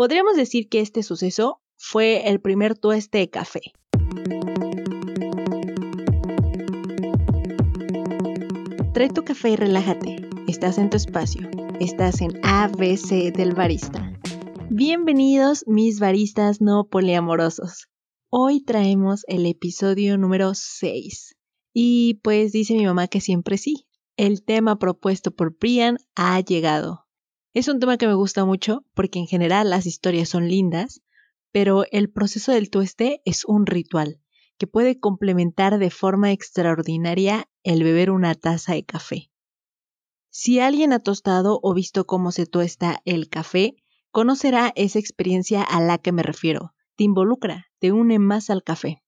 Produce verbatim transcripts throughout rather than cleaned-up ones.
Podríamos decir que este suceso fue el primer tueste de café. Trae tu café y relájate. Estás en tu espacio. Estás en A B C del barista. Bienvenidos mis baristas no poliamorosos. Hoy traemos el episodio número seis. Y pues dice mi mamá que siempre sí. El tema propuesto por Brian ha llegado. Es un tema que me gusta mucho porque en general las historias son lindas, pero el proceso del tueste es un ritual que puede complementar de forma extraordinaria el beber una taza de café. Si alguien ha tostado o visto cómo se tuesta el café, conocerá esa experiencia a la que me refiero. Te involucra, te une más al café.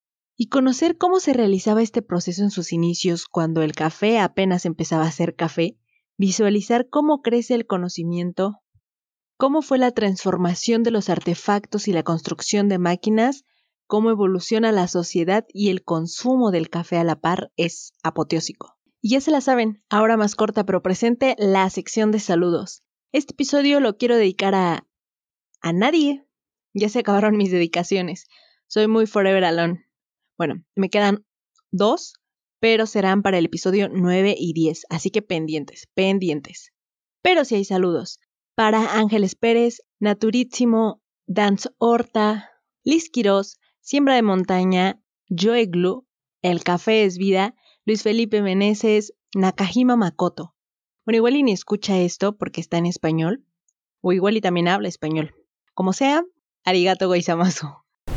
Y conocer cómo se realizaba este proceso en sus inicios cuando el café apenas empezaba a ser café, visualizar cómo crece el conocimiento, cómo fue la transformación de los artefactos y la construcción de máquinas, cómo evoluciona la sociedad y el consumo del café a la par es apoteósico. Y ya se la saben, ahora más corta pero presente, la sección de saludos. Este episodio lo quiero dedicar a... a nadie. Ya se acabaron mis dedicaciones. Soy muy forever alone. Bueno, me quedan dos, pero serán para el episodio nueve y diez, así que pendientes, pendientes. Pero sí hay saludos. Para Ángeles Pérez, Naturísimo, Dance Horta, Liz Quirós, Siembra de Montaña, Joe Glu, El Café es Vida, Luis Felipe Meneses, Nakajima Makoto. Bueno, igual y ni escucha esto porque está en español, o igual y también habla español. Como sea, arigato goizamasu.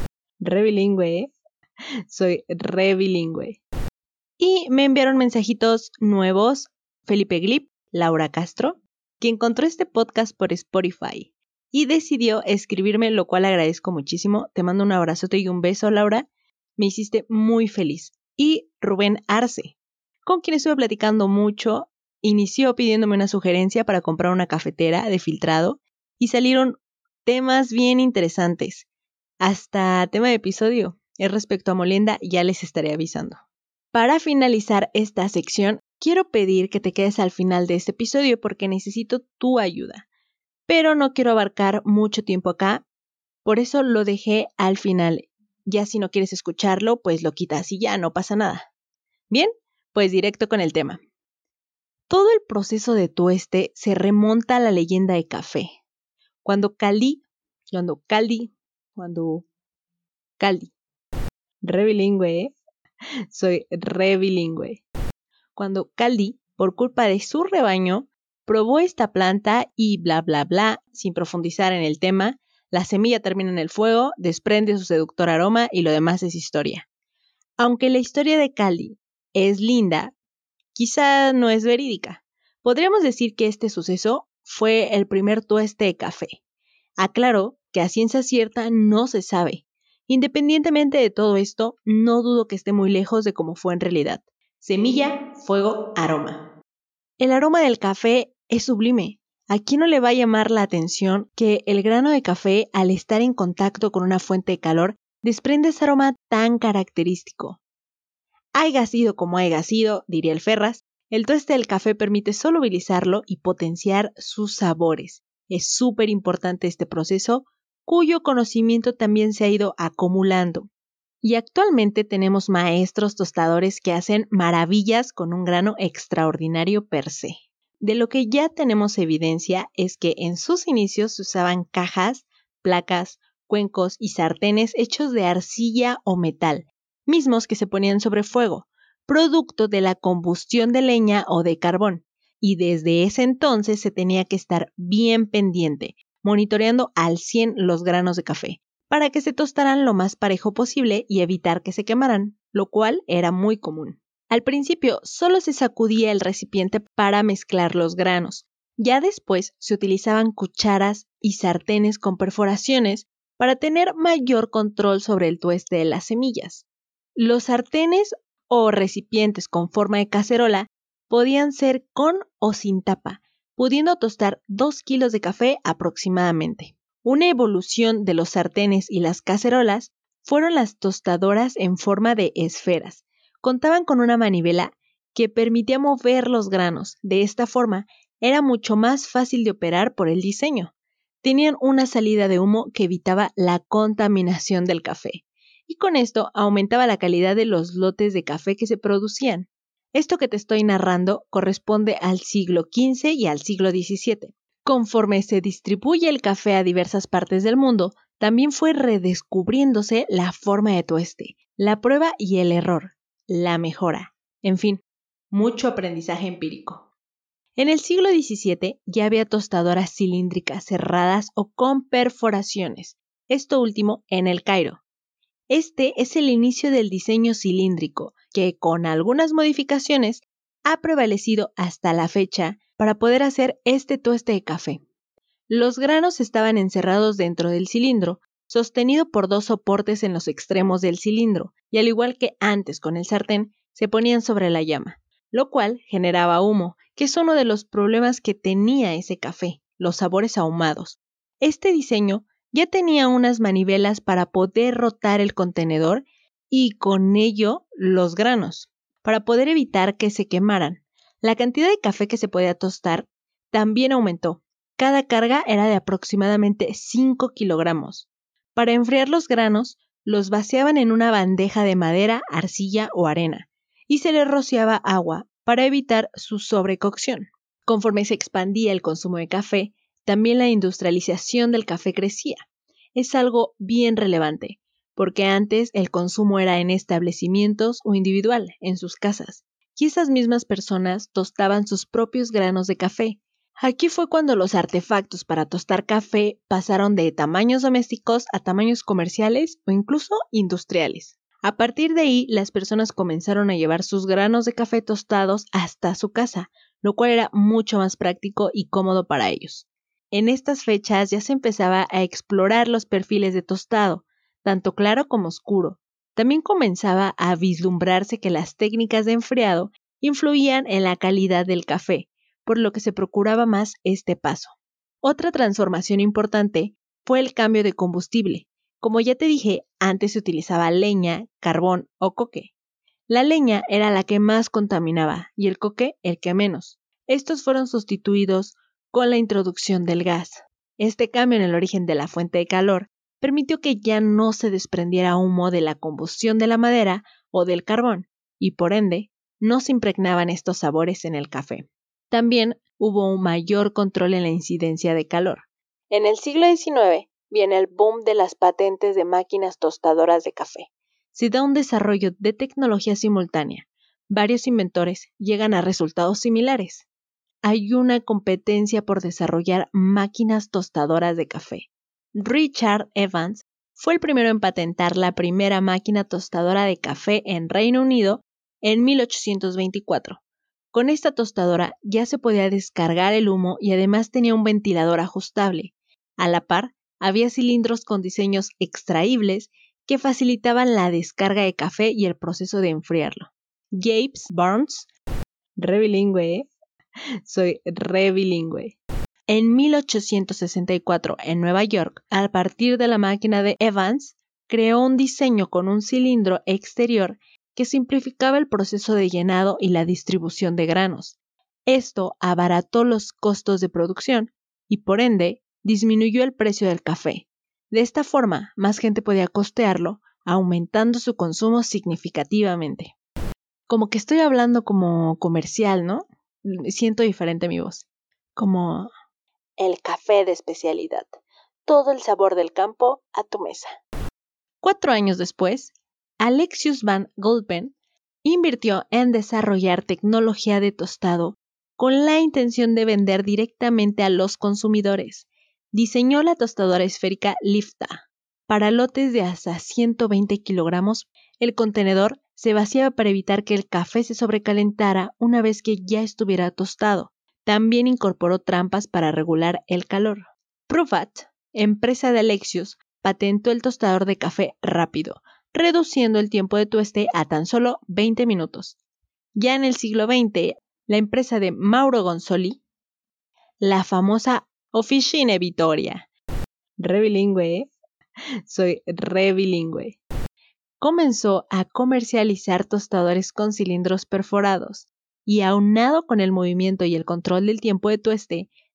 Re bilingüe, ¿eh? Soy re bilingüe. Y me enviaron mensajitos nuevos Felipe Glip, Laura Castro, que encontró este podcast por Spotify y decidió escribirme, lo cual agradezco muchísimo. Te mando un abrazote y un beso, Laura. Me hiciste muy feliz. Y Rubén Arce, con quien estuve platicando mucho, inició pidiéndome una sugerencia para comprar una cafetera de filtrado y salieron temas bien interesantes. Hasta tema de episodio. Es respecto a molienda, ya les estaré avisando. Para finalizar esta sección, quiero pedir que te quedes al final de este episodio porque necesito tu ayuda. Pero no quiero abarcar mucho tiempo acá, por eso lo dejé al final. Ya si no quieres escucharlo, pues lo quitas y ya, no pasa nada. Bien, pues directo con el tema. Todo el proceso de tueste se remonta a la leyenda de café. Cuando Cali, cuando Caldi, cuando Caldi. Re bilingüe, ¿eh? Soy re bilingüe. Cuando Caldi, por culpa de su rebaño, probó esta planta y bla bla bla, sin profundizar en el tema, la semilla termina en el fuego, desprende su seductor aroma y lo demás es historia. Aunque la historia de Caldi es linda, quizá no es verídica. Podríamos decir que este suceso fue el primer tueste de café. Aclaro que a ciencia cierta no se sabe. Independientemente de todo esto, no dudo que esté muy lejos de cómo fue en realidad. Semilla, fuego, aroma. El aroma del café es sublime. ¿A quién no le va a llamar la atención que el grano de café, al estar en contacto con una fuente de calor, desprende ese aroma tan característico? Haiga sido como haiga sido, diría el Ferraz, el tueste del café permite solubilizarlo y potenciar sus sabores. Es súper importante este proceso, cuyo conocimiento también se ha ido acumulando. Y actualmente tenemos maestros tostadores que hacen maravillas con un grano extraordinario per se. De lo que ya tenemos evidencia es que en sus inicios se usaban cajas, placas, cuencos y sartenes hechos de arcilla o metal, mismos que se ponían sobre fuego, producto de la combustión de leña o de carbón. Y desde ese entonces se tenía que estar bien pendiente, monitoreando al cien los granos de café, para que se tostaran lo más parejo posible y evitar que se quemaran, lo cual era muy común. Al principio solo se sacudía el recipiente para mezclar los granos. Ya después se utilizaban cucharas y sartenes con perforaciones para tener mayor control sobre el tueste de las semillas. Los sartenes o recipientes con forma de cacerola podían ser con o sin tapa, pudiendo tostar dos kilos de café aproximadamente. Una evolución de los sartenes y las cacerolas fueron las tostadoras en forma de esferas. Contaban con una manivela que permitía mover los granos. De esta forma, era mucho más fácil de operar por el diseño. tenían una salida de humo que evitaba la contaminación del café, y con esto aumentaba la calidad de los lotes de café que se producían. Esto que te estoy narrando corresponde al siglo quince y al siglo diecisiete. Conforme se distribuye el café a diversas partes del mundo, también fue redescubriéndose la forma de tueste, la prueba y el error, la mejora. En fin, mucho aprendizaje empírico. En el siglo diecisiete ya había tostadoras cilíndricas cerradas o con perforaciones, esto último en El Cairo. Este es el inicio del diseño cilíndrico, que con algunas modificaciones ha prevalecido hasta la fecha para poder hacer este tueste de café. Los granos estaban encerrados dentro del cilindro, sostenido por dos soportes en los extremos del cilindro, y al igual que antes con el sartén, se ponían sobre la llama, lo cual generaba humo, que es uno de los problemas que tenía ese café, los sabores ahumados. Este diseño ya tenía unas manivelas para poder rotar el contenedor y con ello los granos, para poder evitar que se quemaran. La cantidad de café que se podía tostar también aumentó. Cada carga era de aproximadamente cinco kilogramos. Para enfriar los granos, los vaciaban en una bandeja de madera, arcilla o arena, y se les rociaba agua para evitar su sobrecocción. Conforme se expandía el consumo de café, también la industrialización del café crecía. Es algo bien relevante, porque antes el consumo era en establecimientos o individual, en sus casas, y esas mismas personas tostaban sus propios granos de café. Aquí fue cuando los artefactos para tostar café pasaron de tamaños domésticos a tamaños comerciales o incluso industriales. A partir de ahí, las personas comenzaron a llevar sus granos de café tostados hasta su casa, lo cual era mucho más práctico y cómodo para ellos. En estas fechas ya se empezaba a explorar los perfiles de tostado, tanto claro como oscuro. También comenzaba a vislumbrarse que las técnicas de enfriado influían en la calidad del café, por lo que se procuraba más este paso. Otra transformación importante fue el cambio de combustible. Como ya te dije, antes se utilizaba leña, carbón o coque. La leña era la que más contaminaba y el coque el que menos. Estos fueron sustituidos con la introducción del gas. Este cambio en el origen de la fuente de calor permitió que ya no se desprendiera humo de la combustión de la madera o del carbón, y por ende, no se impregnaban estos sabores en el café. También hubo un mayor control en la incidencia de calor. En el siglo diecinueve viene el boom de las patentes de máquinas tostadoras de café. Se da un desarrollo de tecnología simultánea. Varios inventores llegan a resultados similares. Hay una competencia por desarrollar máquinas tostadoras de café. Richard Evans fue el primero en patentar la primera máquina tostadora de café en Reino Unido en mil ochocientos veinticuatro. Con esta tostadora ya se podía descargar el humo y además tenía un ventilador ajustable. A la par, había cilindros con diseños extraíbles que facilitaban la descarga de café y el proceso de enfriarlo. James Burns, re bilingüe, ¿eh? Soy re bilingüe. En mil ochocientos sesenta y cuatro, en Nueva York, a partir de la máquina de Evans, creó un diseño con un cilindro exterior que simplificaba el proceso de llenado y la distribución de granos. Esto abarató los costos de producción y, por ende, disminuyó el precio del café. De esta forma, más gente podía costearlo, aumentando su consumo significativamente. Como que estoy hablando como comercial, ¿no? Siento diferente mi voz. Como el café de especialidad. Todo el sabor del campo a tu mesa. Cuatro años después, Alexius van Gulpen invirtió en desarrollar tecnología de tostado con la intención de vender directamente a los consumidores. Diseñó la tostadora esférica Lifta. Para lotes de hasta ciento veinte kilogramos, el contenedor se vaciaba para evitar que el café se sobrecalentara una vez que ya estuviera tostado. También incorporó trampas para regular el calor. Pruvat, empresa de Alexius, patentó el tostador de café rápido, reduciendo el tiempo de tueste a tan solo veinte minutos. Ya en el siglo veinte, la empresa de Mauro Gonzoli, la famosa Officine Vittoria, re bilingüe, ¿eh? Soy re bilingüe, comenzó a comercializar tostadores con cilindros perforados y aunado con el movimiento y el control del tiempo de tueste,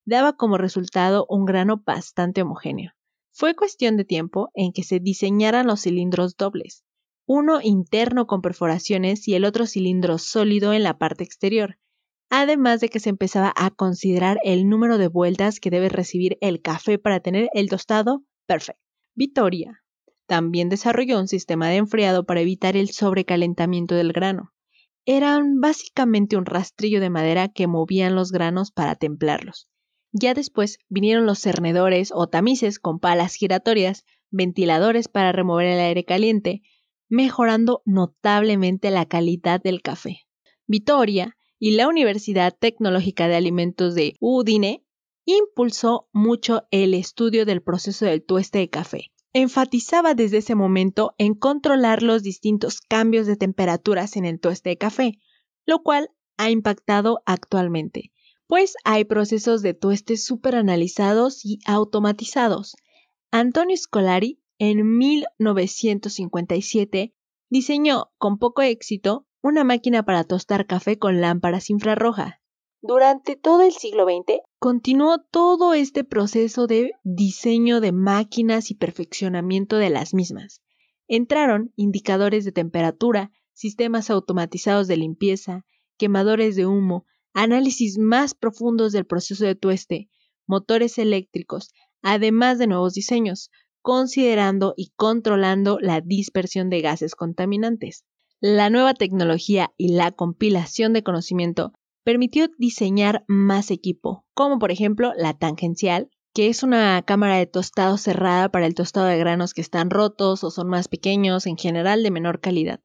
daba como resultado un grano bastante homogéneo. Fue cuestión de tiempo en que se diseñaran los cilindros dobles, uno interno con perforaciones y el otro cilindro sólido en la parte exterior, además de que se empezaba a considerar el número de vueltas que debe recibir el café para tener el tostado perfecto. Vittoria también desarrolló un sistema de enfriado para evitar el sobrecalentamiento del grano. Eran básicamente un rastrillo de madera que movían los granos para templarlos. Ya después vinieron los cernedores o tamices con palas giratorias, ventiladores para remover el aire caliente, mejorando notablemente la calidad del café. Vittoria y la Universidad Tecnológica de Alimentos de Udine impulsó mucho el estudio del proceso del tueste de café. Enfatizaba desde ese momento en controlar los distintos cambios de temperaturas en el tueste de café, lo cual ha impactado actualmente, pues hay procesos de tueste superanalizados y automatizados. Antonio Scolari, en mil novecientos cincuenta y siete, diseñó con poco éxito una máquina para tostar café con lámparas infrarrojas. Durante todo el siglo veinte, continuó todo este proceso de diseño de máquinas y perfeccionamiento de las mismas. Entraron indicadores de temperatura, sistemas automatizados de limpieza, quemadores de humo, análisis más profundos del proceso de tueste, motores eléctricos, además de nuevos diseños, considerando y controlando la dispersión de gases contaminantes. La nueva tecnología y la compilación de conocimiento permitió diseñar más equipo, como por ejemplo la tangencial, que es una cámara de tostado cerrada para el tostado de granos que están rotos o son más pequeños, en general de menor calidad.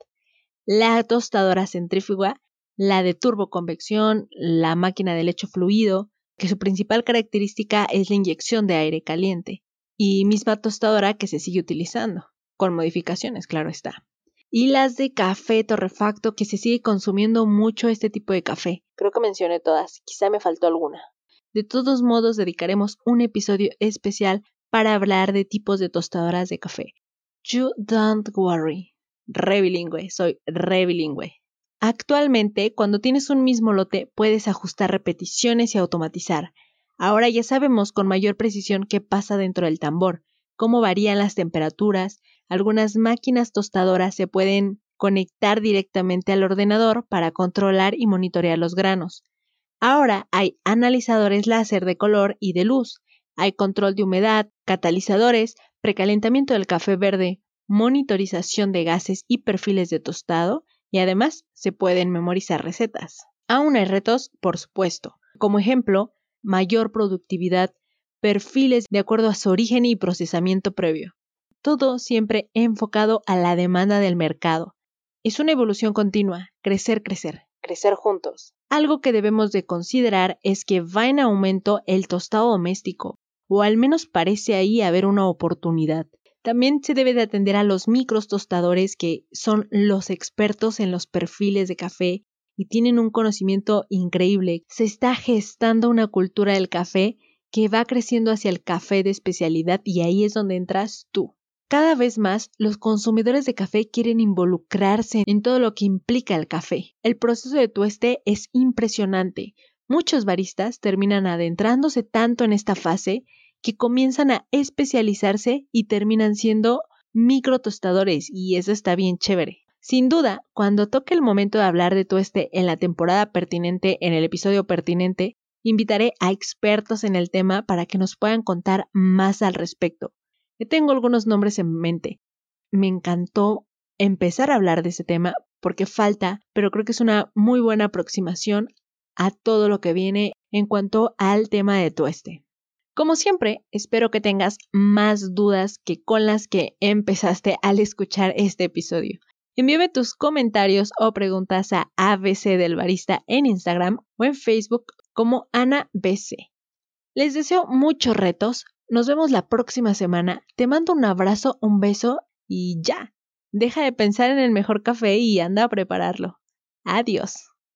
La tostadora centrífuga, la de turboconvección, la máquina de lecho fluido, que su principal característica es la inyección de aire caliente, y misma tostadora que se sigue utilizando, con modificaciones, claro está. Y las de café torrefacto, que se sigue consumiendo mucho este tipo de café. Creo que mencioné todas, quizá me faltó alguna. De todos modos, dedicaremos un episodio especial para hablar de tipos de tostadoras de café. You don't worry. Re bilingüe, soy re bilingüe. Actualmente, cuando tienes un mismo lote, puedes ajustar repeticiones y automatizar. Ahora ya sabemos con mayor precisión qué pasa dentro del tambor, cómo varían las temperaturas. Algunas máquinas tostadoras se pueden conectar directamente al ordenador para controlar y monitorear los granos. Ahora hay analizadores láser de color y de luz, hay control de humedad, catalizadores, precalentamiento del café verde, monitorización de gases y perfiles de tostado, y además se pueden memorizar recetas. Aún hay retos, por supuesto. Como ejemplo, mayor productividad, perfiles de acuerdo a su origen y procesamiento previo. Todo siempre enfocado a la demanda del mercado. Es una evolución continua, crecer, crecer, crecer juntos. Algo que debemos de considerar es que va en aumento el tostado doméstico, o al menos parece ahí haber una oportunidad. También se debe de atender a los micros tostadores que son los expertos en los perfiles de café y tienen un conocimiento increíble. Se está gestando una cultura del café que va creciendo hacia el café de especialidad y ahí es donde entras tú. Cada vez más, los consumidores de café quieren involucrarse en todo lo que implica el café. El proceso de tueste es impresionante. Muchos baristas terminan adentrándose tanto en esta fase que comienzan a especializarse y terminan siendo micro tostadores, y eso está bien chévere. Sin duda, cuando toque el momento de hablar de tueste en la temporada pertinente, en el episodio pertinente, invitaré a expertos en el tema para que nos puedan contar más al respecto. Yo tengo algunos nombres en mente. Me encantó empezar a hablar de ese tema porque falta, pero creo que es una muy buena aproximación a todo lo que viene en cuanto al tema de tueste. Como siempre, espero que tengas más dudas que con las que empezaste al escuchar este episodio. Envíame tus comentarios o preguntas a A B C del Barista en Instagram o en Facebook como Ana B C. Les deseo muchos retos. Nos vemos la próxima semana. Te mando un abrazo, un beso y ya. Deja de pensar en el mejor café y anda a prepararlo. Adiós.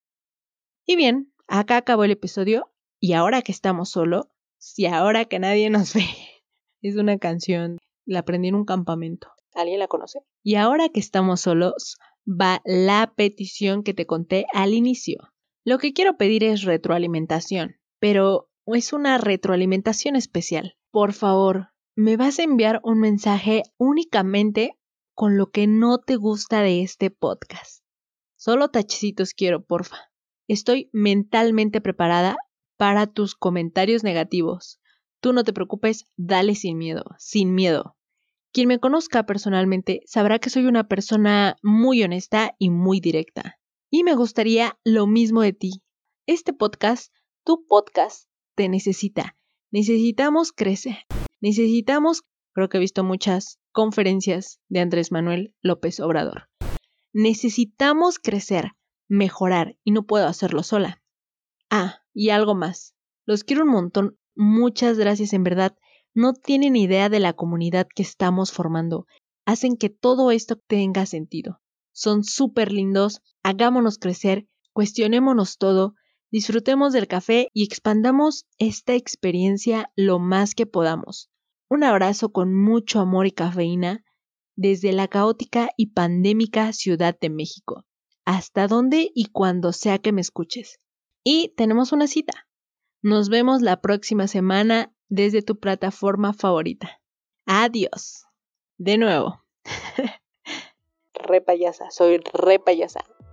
Y bien, acá acabó el episodio. Y ahora que estamos solos, y ahora que nadie nos ve. Es una canción, la aprendí en un campamento. ¿Alguien la conoce? Y ahora que estamos solos, va la petición que te conté al inicio. Lo que quiero pedir es retroalimentación, pero es una retroalimentación especial. Por favor, me vas a enviar un mensaje únicamente con lo que no te gusta de este podcast. Solo tachecitos quiero, porfa. Estoy mentalmente preparada para tus comentarios negativos. Tú no te preocupes, dale sin miedo, sin miedo. Quien me conozca personalmente sabrá que soy una persona muy honesta y muy directa. Y me gustaría lo mismo de ti. Este podcast, tu podcast, te necesita. Necesitamos crecer. Necesitamos, creo que he visto muchas conferencias de Andrés Manuel López Obrador. Necesitamos crecer, mejorar y no puedo hacerlo sola. Ah, y algo más. Los quiero un montón. Muchas gracias, en verdad. No tienen idea de la comunidad que estamos formando. Hacen que todo esto tenga sentido. Son súper lindos. Hagámonos crecer, cuestionémonos todo, disfrutemos del café y expandamos esta experiencia lo más que podamos. Un abrazo con mucho amor y cafeína desde la caótica y pandémica Ciudad de México. Hasta donde y cuando sea que me escuches. Y tenemos una cita. Nos vemos la próxima semana desde tu plataforma favorita. Adiós. De nuevo. Re payasa, soy re payasa.